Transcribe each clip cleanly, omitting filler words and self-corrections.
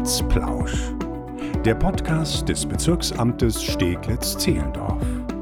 Amtsplausch, der Podcast des Bezirksamtes Steglitz-Zehlendorf.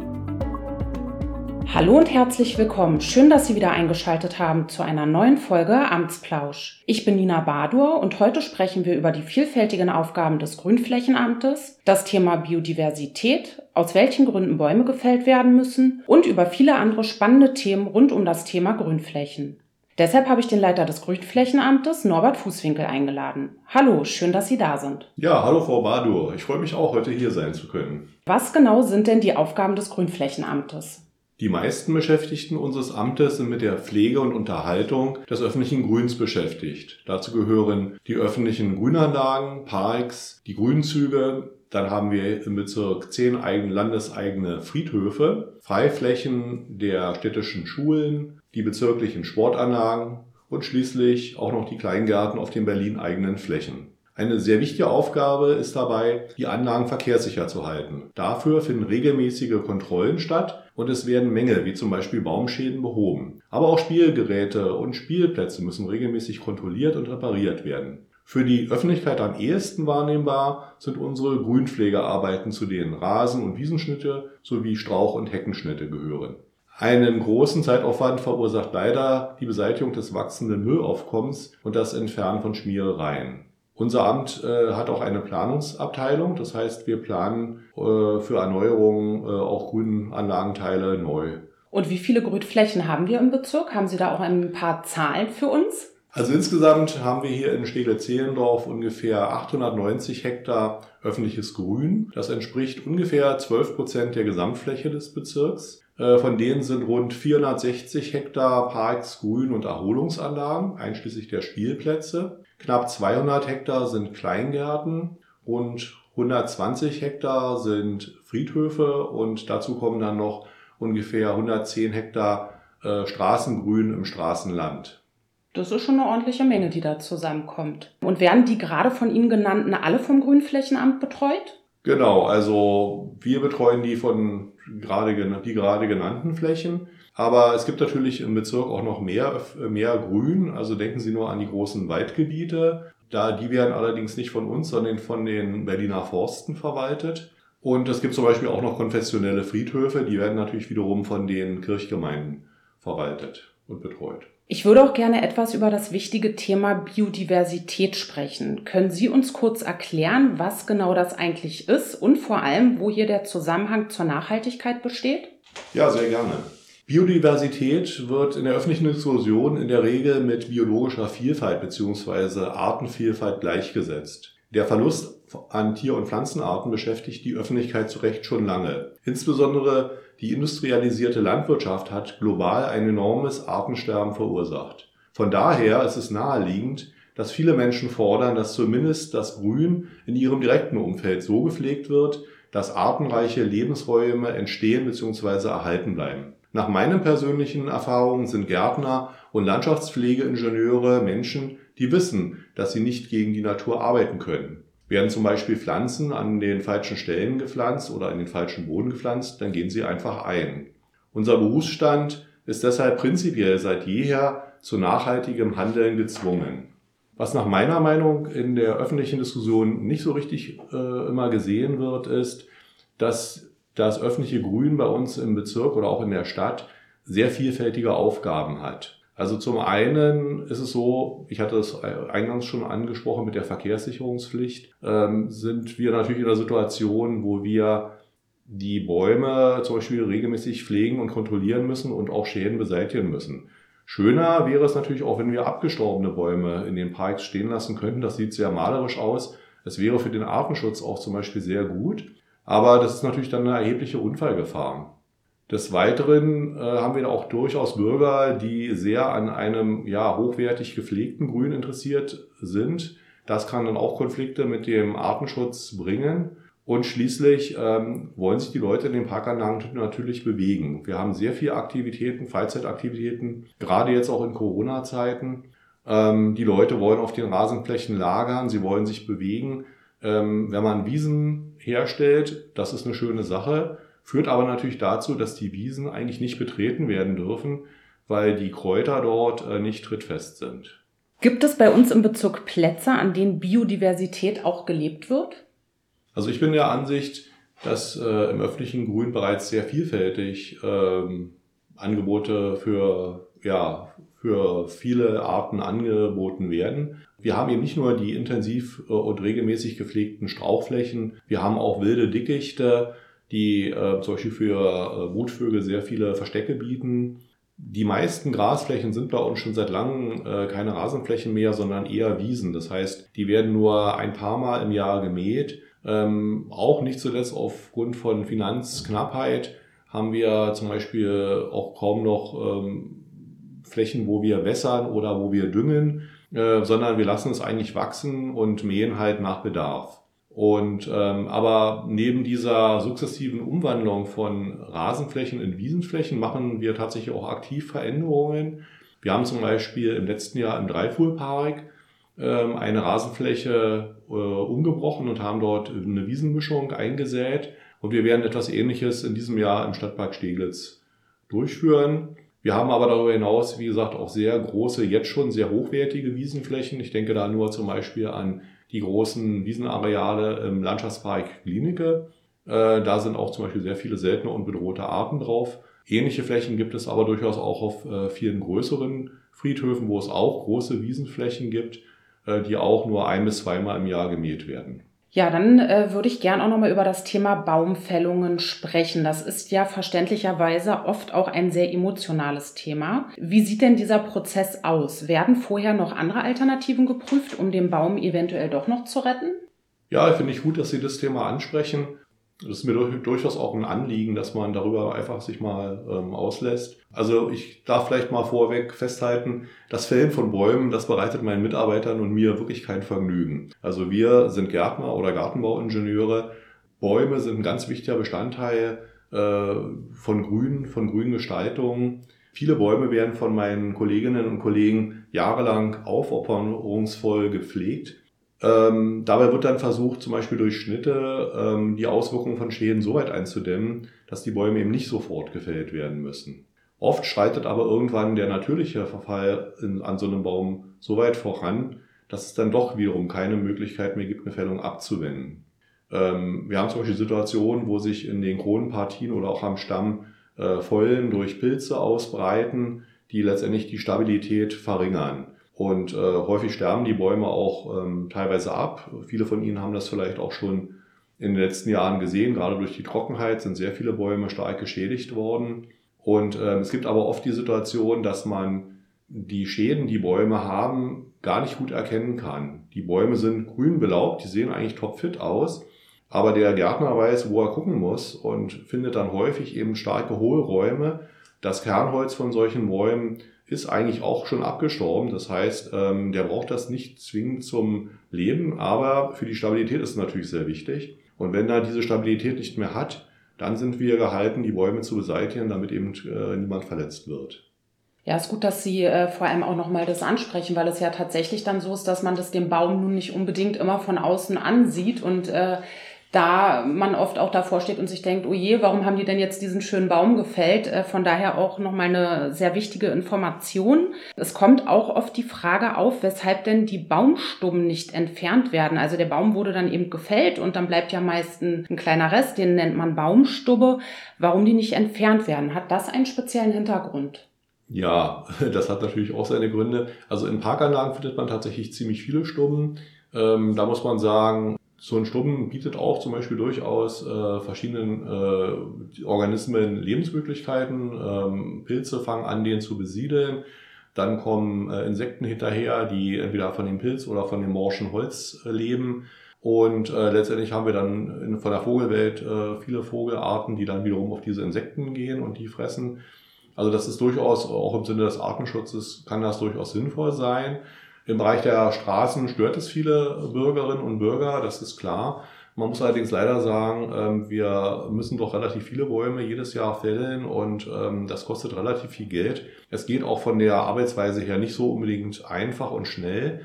Hallo und herzlich willkommen. Schön, dass Sie wieder eingeschaltet haben zu einer neuen Folge Amtsplausch. Ich bin Nina Badur und heute sprechen wir über die vielfältigen Aufgaben des Grünflächenamtes, das Thema Biodiversität, aus welchen Gründen Bäume gefällt werden müssen und über viele andere spannende Themen rund um das Thema Grünflächen. Deshalb habe ich den Leiter des Grünflächenamtes, Norbert Fußwinkel, eingeladen. Hallo, schön, dass Sie da sind. Ja, hallo Frau Badur. Ich freue mich auch, heute hier sein zu können. Was genau sind denn die Aufgaben des Grünflächenamtes? Die meisten Beschäftigten unseres Amtes sind mit der Pflege und Unterhaltung des öffentlichen Grüns beschäftigt. Dazu gehören die öffentlichen Grünanlagen, Parks, die Grünzüge. Dann haben wir im Bezirk 10 landeseigene Friedhöfe, Freiflächen der städtischen Schulen, die bezirklichen Sportanlagen und schließlich auch noch die Kleingärten auf den Berlin-eigenen Flächen. Eine sehr wichtige Aufgabe ist dabei, die Anlagen verkehrssicher zu halten. Dafür finden regelmäßige Kontrollen statt und es werden Mängel wie zum Beispiel Baumschäden behoben. Aber auch Spielgeräte und Spielplätze müssen regelmäßig kontrolliert und repariert werden. Für die Öffentlichkeit am ehesten wahrnehmbar sind unsere Grünpflegearbeiten, zu denen Rasen- und Wiesenschnitte sowie Strauch- und Heckenschnitte gehören. Einen großen Zeitaufwand verursacht leider die Beseitigung des wachsenden Müllaufkommens und das Entfernen von Schmierereien. Unser Amt hat auch eine Planungsabteilung, das heißt, wir planen für Erneuerungen auch Grünanlagenteile neu. Und wie viele Grünflächen haben wir im Bezirk? Haben Sie da auch ein paar Zahlen für uns? Also insgesamt haben wir hier in Steglitz-Zehlendorf ungefähr 890 Hektar öffentliches Grün. Das entspricht ungefähr 12% der Gesamtfläche des Bezirks. Von denen sind rund 460 Hektar Parks, Grün- und Erholungsanlagen, einschließlich der Spielplätze. Knapp 200 Hektar sind Kleingärten, rund 120 Hektar sind Friedhöfe und dazu kommen dann noch ungefähr 110 Hektar Straßengrün im Straßenland. Das ist schon eine ordentliche Menge, die da zusammenkommt. Und werden die gerade von Ihnen genannten alle vom Grünflächenamt betreut? Genau, also wir betreuen die gerade genannten Flächen. Aber es gibt natürlich im Bezirk auch noch mehr Grün. Also denken Sie nur an die großen Waldgebiete. Die werden allerdings nicht von uns, sondern von den Berliner Forsten verwaltet. Und es gibt zum Beispiel auch noch konfessionelle Friedhöfe. Die werden natürlich wiederum von den Kirchgemeinden verwaltet und betreut. Ich würde auch gerne etwas über das wichtige Thema Biodiversität sprechen. Können Sie uns kurz erklären, was genau das eigentlich ist und vor allem, wo hier der Zusammenhang zur Nachhaltigkeit besteht? Ja, sehr gerne. Biodiversität wird in der öffentlichen Diskussion in der Regel mit biologischer Vielfalt bzw. Artenvielfalt gleichgesetzt. Der Verlust an Tier- und Pflanzenarten beschäftigt die Öffentlichkeit zu Recht schon lange. Insbesondere die industrialisierte Landwirtschaft hat global ein enormes Artensterben verursacht. Von daher ist es naheliegend, dass viele Menschen fordern, dass zumindest das Grün in ihrem direkten Umfeld so gepflegt wird, dass artenreiche Lebensräume entstehen bzw. erhalten bleiben. Nach meinen persönlichen Erfahrungen sind Gärtner und Landschaftspflegeingenieure Menschen, die wissen, dass sie nicht gegen die Natur arbeiten können. Werden zum Beispiel Pflanzen an den falschen Stellen gepflanzt oder in den falschen Boden gepflanzt, dann gehen sie einfach ein. Unser Berufsstand ist deshalb prinzipiell seit jeher zu nachhaltigem Handeln gezwungen. Was nach meiner Meinung in der öffentlichen Diskussion nicht so richtig immer gesehen wird, ist, dass das öffentliche Grün bei uns im Bezirk oder auch in der Stadt sehr vielfältige Aufgaben hat. Also zum einen ist es so, ich hatte es eingangs schon angesprochen mit der Verkehrssicherungspflicht, sind wir natürlich in einer Situation, wo wir die Bäume zum Beispiel regelmäßig pflegen und kontrollieren müssen und auch Schäden beseitigen müssen. Schöner wäre es natürlich auch, wenn wir abgestorbene Bäume in den Parks stehen lassen könnten. Das sieht sehr malerisch aus. Es wäre für den Artenschutz auch zum Beispiel sehr gut. Aber das ist natürlich dann eine erhebliche Unfallgefahr. Des Weiteren haben wir auch durchaus Bürger, die sehr an einem hochwertig gepflegten Grün interessiert sind. Das kann dann auch Konflikte mit dem Artenschutz bringen. Und schließlich wollen sich die Leute in den Parkanlagen natürlich bewegen. Wir haben sehr viele Aktivitäten, Freizeitaktivitäten, gerade jetzt auch in Corona-Zeiten. Die Leute wollen auf den Rasenflächen lagern, sie wollen sich bewegen. Wenn man Wiesen herstellt, das ist eine schöne Sache. Führt aber natürlich dazu, dass die Wiesen eigentlich nicht betreten werden dürfen, weil die Kräuter dort nicht trittfest sind. Gibt es bei uns im Bezirk Plätze, an denen Biodiversität auch gelebt wird? Also ich bin der Ansicht, dass im öffentlichen Grün bereits sehr vielfältig Angebote für viele Arten angeboten werden. Wir haben eben nicht nur die intensiv und regelmäßig gepflegten Strauchflächen, wir haben auch wilde Dickichte, die zum Beispiel für Brutvögel sehr viele Verstecke bieten. Die meisten Grasflächen sind bei uns schon seit langem keine Rasenflächen mehr, sondern eher Wiesen. Das heißt, die werden nur ein paar Mal im Jahr gemäht. Auch nicht zuletzt aufgrund von Finanzknappheit haben wir zum Beispiel auch kaum noch Flächen, wo wir wässern oder wo wir düngen, sondern wir lassen es eigentlich wachsen und mähen halt nach Bedarf. Und aber neben dieser sukzessiven Umwandlung von Rasenflächen in Wiesenflächen machen wir tatsächlich auch aktiv Veränderungen. Wir haben zum Beispiel im letzten Jahr im Dreifuhlpark eine Rasenfläche umgebrochen und haben dort eine Wiesenmischung eingesät. Und wir werden etwas Ähnliches in diesem Jahr im Stadtpark Steglitz durchführen. Wir haben aber darüber hinaus, wie gesagt, auch sehr große, jetzt schon sehr hochwertige Wiesenflächen. Ich denke da nur zum Beispiel an die großen Wiesenareale im Landschaftspark Glienicke. Da sind auch zum Beispiel sehr viele seltene und bedrohte Arten drauf. Ähnliche Flächen gibt es aber durchaus auch auf vielen größeren Friedhöfen, wo es auch große Wiesenflächen gibt, die auch nur 1- bis 2-mal im Jahr gemäht werden. Ja, dann würde ich gern auch nochmal über das Thema Baumfällungen sprechen. Das ist ja verständlicherweise oft auch ein sehr emotionales Thema. Wie sieht denn dieser Prozess aus? Werden vorher noch andere Alternativen geprüft, um den Baum eventuell doch noch zu retten? Ja, finde ich gut, dass Sie das Thema ansprechen. Das ist mir durchaus auch ein Anliegen, dass man darüber einfach sich mal auslässt. Also ich darf vielleicht mal vorweg festhalten, das Fällen von Bäumen, das bereitet meinen Mitarbeitern und mir wirklich kein Vergnügen. Also wir sind Gärtner oder Gartenbauingenieure. Bäume sind ein ganz wichtiger Bestandteil von grünen Gestaltungen. Viele Bäume werden von meinen Kolleginnen und Kollegen jahrelang aufopferungsvoll gepflegt. Dabei wird dann versucht, zum Beispiel durch Schnitte die Auswirkungen von Schäden so weit einzudämmen, dass die Bäume eben nicht sofort gefällt werden müssen. Oft schreitet aber irgendwann der natürliche Verfall an so einem Baum so weit voran, dass es dann doch wiederum keine Möglichkeit mehr gibt, eine Fällung abzuwenden. Wir haben zum Beispiel Situationen, wo sich in den Kronenpartien oder auch am Stamm Fäulen durch Pilze ausbreiten, die letztendlich die Stabilität verringern. Und häufig sterben die Bäume auch teilweise ab. Viele von Ihnen haben das vielleicht auch schon in den letzten Jahren gesehen. Gerade durch die Trockenheit sind sehr viele Bäume stark geschädigt worden. Und es gibt aber oft die Situation, dass man die Schäden, die Bäume haben, gar nicht gut erkennen kann. Die Bäume sind grün belaubt, die sehen eigentlich topfit aus. Aber der Gärtner weiß, wo er gucken muss und findet dann häufig eben starke Hohlräume. Das Kernholz von solchen Bäumen ist eigentlich auch schon abgestorben. Das heißt, der braucht das nicht zwingend zum Leben, aber für die Stabilität ist es natürlich sehr wichtig. Und wenn er diese Stabilität nicht mehr hat, dann sind wir gehalten, die Bäume zu beseitigen, damit eben niemand verletzt wird. Ja, ist gut, dass Sie vor allem auch nochmal das ansprechen, weil es ja tatsächlich dann so ist, dass man das dem Baum nun nicht unbedingt immer von außen ansieht und da man oft auch davor steht und sich denkt, oh je, warum haben die denn jetzt diesen schönen Baum gefällt? Von daher auch nochmal eine sehr wichtige Information. Es kommt auch oft die Frage auf, weshalb denn die Baumstubben nicht entfernt werden. Also der Baum wurde dann eben gefällt und dann bleibt ja meist ein kleiner Rest, den nennt man Baumstubbe. Warum die nicht entfernt werden? Hat das einen speziellen Hintergrund? Ja, das hat natürlich auch seine Gründe. Also in Parkanlagen findet man tatsächlich ziemlich viele Stubben. Da muss man sagen, so ein Stubben bietet auch zum Beispiel durchaus verschiedenen Organismen Lebensmöglichkeiten. Pilze fangen an, den zu besiedeln. Dann kommen Insekten hinterher, die entweder von dem Pilz oder von dem morschen Holz leben. Und letztendlich haben wir dann von der Vogelwelt viele Vogelarten, die dann wiederum auf diese Insekten gehen und die fressen. Also das ist durchaus, auch im Sinne des Artenschutzes, kann das durchaus sinnvoll sein. Im Bereich der Straßen stört es viele Bürgerinnen und Bürger, das ist klar. Man muss allerdings leider sagen, wir müssen doch relativ viele Bäume jedes Jahr fällen und das kostet relativ viel Geld. Es geht auch von der Arbeitsweise her nicht so unbedingt einfach und schnell,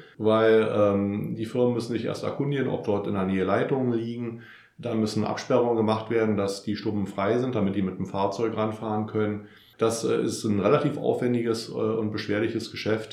weil die Firmen müssen sich erst erkundigen, ob dort in der Nähe Leitungen liegen. Dann müssen Absperrungen gemacht werden, dass die Stubben frei sind, damit die mit dem Fahrzeug ranfahren können. Das ist ein relativ aufwendiges und beschwerliches Geschäft.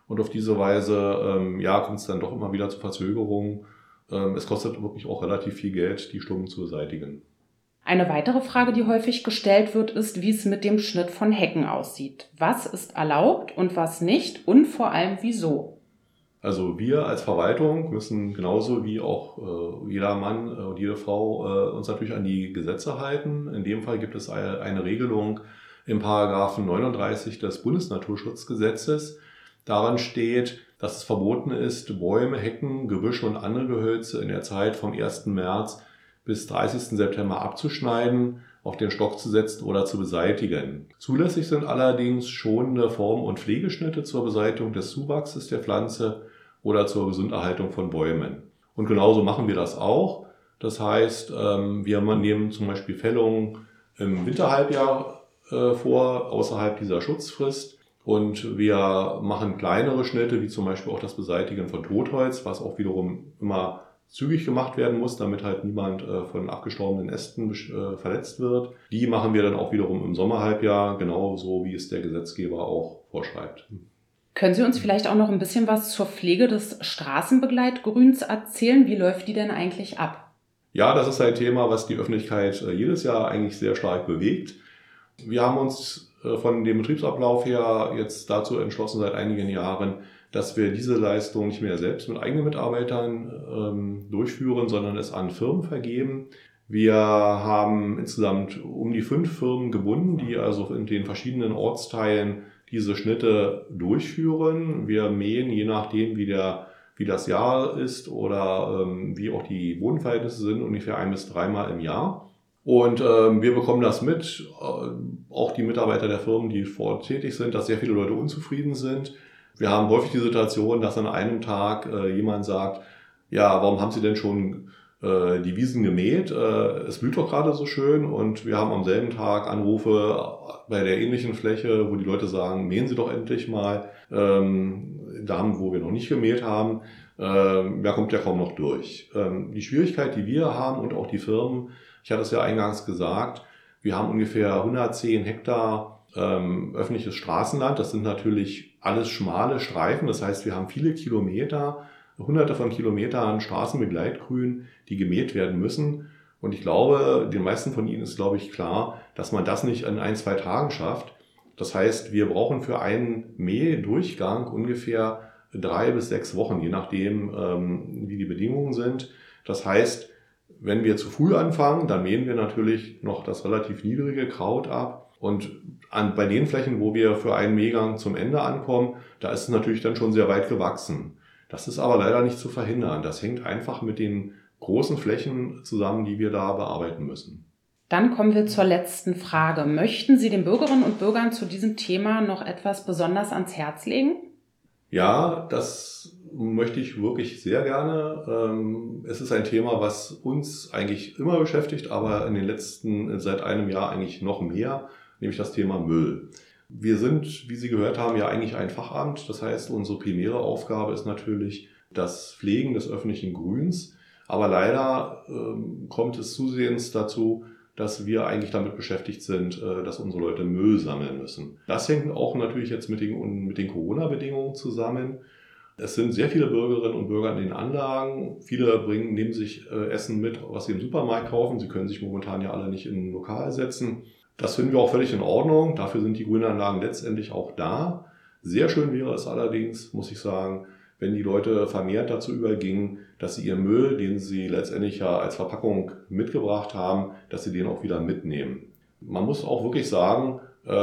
Und auf diese Weise kommt es dann doch immer wieder zu Verzögerungen. Es kostet wirklich auch relativ viel Geld, die Stummen zu beseitigen. Eine weitere Frage, die häufig gestellt wird, ist, wie es mit dem Schnitt von Hecken aussieht. Was ist erlaubt und was nicht und vor allem wieso? Also wir als Verwaltung müssen genauso wie auch jeder Mann und jede Frau uns natürlich an die Gesetze halten. In dem Fall gibt es eine Regelung im Paragraphen 39 des Bundesnaturschutzgesetzes. Daran steht, dass es verboten ist, Bäume, Hecken, Gebüsche und andere Gehölze in der Zeit vom 1. März bis 30. September abzuschneiden, auf den Stock zu setzen oder zu beseitigen. Zulässig sind allerdings schonende Form- und Pflegeschnitte zur Beseitigung des Zuwachses der Pflanze oder zur Gesunderhaltung von Bäumen. Und genauso machen wir das auch. Das heißt, wir nehmen zum Beispiel Fällungen im Winterhalbjahr vor, außerhalb dieser Schutzfrist. Und wir machen kleinere Schnitte, wie zum Beispiel auch das Beseitigen von Totholz, was auch wiederum immer zügig gemacht werden muss, damit halt niemand von abgestorbenen Ästen verletzt wird. Die machen wir dann auch wiederum im Sommerhalbjahr, genauso wie es der Gesetzgeber auch vorschreibt. Können Sie uns vielleicht auch noch ein bisschen was zur Pflege des Straßenbegleitgrüns erzählen? Wie läuft die denn eigentlich ab? Ja, das ist ein Thema, was die Öffentlichkeit jedes Jahr eigentlich sehr stark bewegt. Wir haben uns von dem Betriebsablauf her jetzt dazu entschlossen seit einigen Jahren, dass wir diese Leistung nicht mehr selbst mit eigenen Mitarbeitern durchführen, sondern es an Firmen vergeben. Wir haben insgesamt um die 5 Firmen gebunden, die also in den verschiedenen Ortsteilen diese Schnitte durchführen. Wir mähen, je nachdem wie das Jahr ist oder wie auch die Bodenverhältnisse sind, ungefähr 1- bis 3-mal im Jahr. Und wir bekommen das mit, auch die Mitarbeiter der Firmen, die vor Ort tätig sind, dass sehr viele Leute unzufrieden sind. Wir haben häufig die Situation, dass an einem Tag jemand sagt, ja, warum haben Sie denn schon die Wiesen gemäht? Es blüht doch gerade so schön. Und wir haben am selben Tag Anrufe bei der ähnlichen Fläche, wo die Leute sagen, mähen Sie doch endlich mal. Da wo wir noch nicht gemäht haben, wer kommt ja kaum noch durch. Die Schwierigkeit, die wir haben und auch die Firmen, ich hatte es ja eingangs gesagt, wir haben ungefähr 110 Hektar öffentliches Straßenland. Das sind natürlich alles schmale Streifen. Das heißt, wir haben viele Kilometer, hunderte von Kilometern Straßenbegleitgrün, die gemäht werden müssen. Und ich glaube, den meisten von Ihnen ist, glaube ich, klar, dass man das nicht in 1-2 Tagen schafft. Das heißt, wir brauchen für einen Mähdurchgang ungefähr 3 bis 6 Wochen, je nachdem, wie die Bedingungen sind. Das heißt, wenn wir zu früh anfangen, dann mähen wir natürlich noch das relativ niedrige Kraut ab. Und bei den Flächen, wo wir für einen Mähgang zum Ende ankommen, da ist es natürlich dann schon sehr weit gewachsen. Das ist aber leider nicht zu verhindern. Das hängt einfach mit den großen Flächen zusammen, die wir da bearbeiten müssen. Dann kommen wir zur letzten Frage. Möchten Sie den Bürgerinnen und Bürgern zu diesem Thema noch etwas besonders ans Herz legen? Ja, das möchte ich wirklich sehr gerne. Es ist ein Thema, was uns eigentlich immer beschäftigt, aber seit einem Jahr eigentlich noch mehr, nämlich das Thema Müll. Wir sind, wie Sie gehört haben, ja eigentlich ein Fachamt. Das heißt, unsere primäre Aufgabe ist natürlich das Pflegen des öffentlichen Grüns. Aber leider kommt es zusehends dazu, dass wir eigentlich damit beschäftigt sind, dass unsere Leute Müll sammeln müssen. Das hängt auch natürlich jetzt mit den Corona-Bedingungen zusammen. Es sind sehr viele Bürgerinnen und Bürger in den Anlagen. Viele nehmen sich Essen mit, was sie im Supermarkt kaufen. Sie können sich momentan ja alle nicht in ein Lokal setzen. Das finden wir auch völlig in Ordnung. Dafür sind die Grünanlagen letztendlich auch da. Sehr schön wäre es allerdings, muss ich sagen, wenn die Leute vermehrt dazu übergingen, dass sie ihren Müll, den sie letztendlich ja als Verpackung mitgebracht haben, dass sie den auch wieder mitnehmen. Man muss auch wirklich sagen,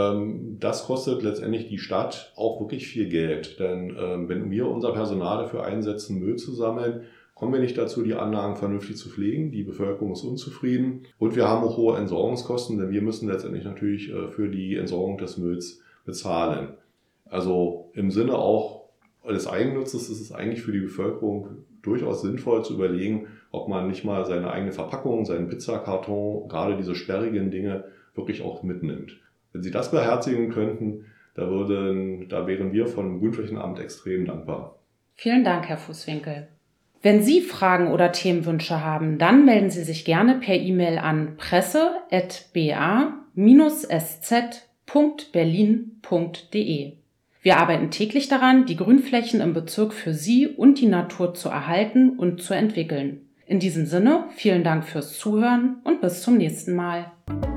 das kostet letztendlich die Stadt auch wirklich viel Geld. Denn wenn wir unser Personal dafür einsetzen, Müll zu sammeln, kommen wir nicht dazu, die Anlagen vernünftig zu pflegen. Die Bevölkerung ist unzufrieden. Und wir haben auch hohe Entsorgungskosten, denn wir müssen letztendlich natürlich für die Entsorgung des Mülls bezahlen. Also im Sinne auch des Eigennutzes ist es eigentlich für die Bevölkerung durchaus sinnvoll zu überlegen, ob man nicht mal seine eigene Verpackung, seinen Pizzakarton, gerade diese sperrigen Dinge wirklich auch mitnimmt. Wenn Sie das beherzigen könnten, da wären wir vom Grünflächenamt extrem dankbar. Vielen Dank, Herr Fußwinkel. Wenn Sie Fragen oder Themenwünsche haben, dann melden Sie sich gerne per E-Mail an presse@ba-sz.berlin.de. Wir arbeiten täglich daran, die Grünflächen im Bezirk für Sie und die Natur zu erhalten und zu entwickeln. In diesem Sinne, vielen Dank fürs Zuhören und bis zum nächsten Mal.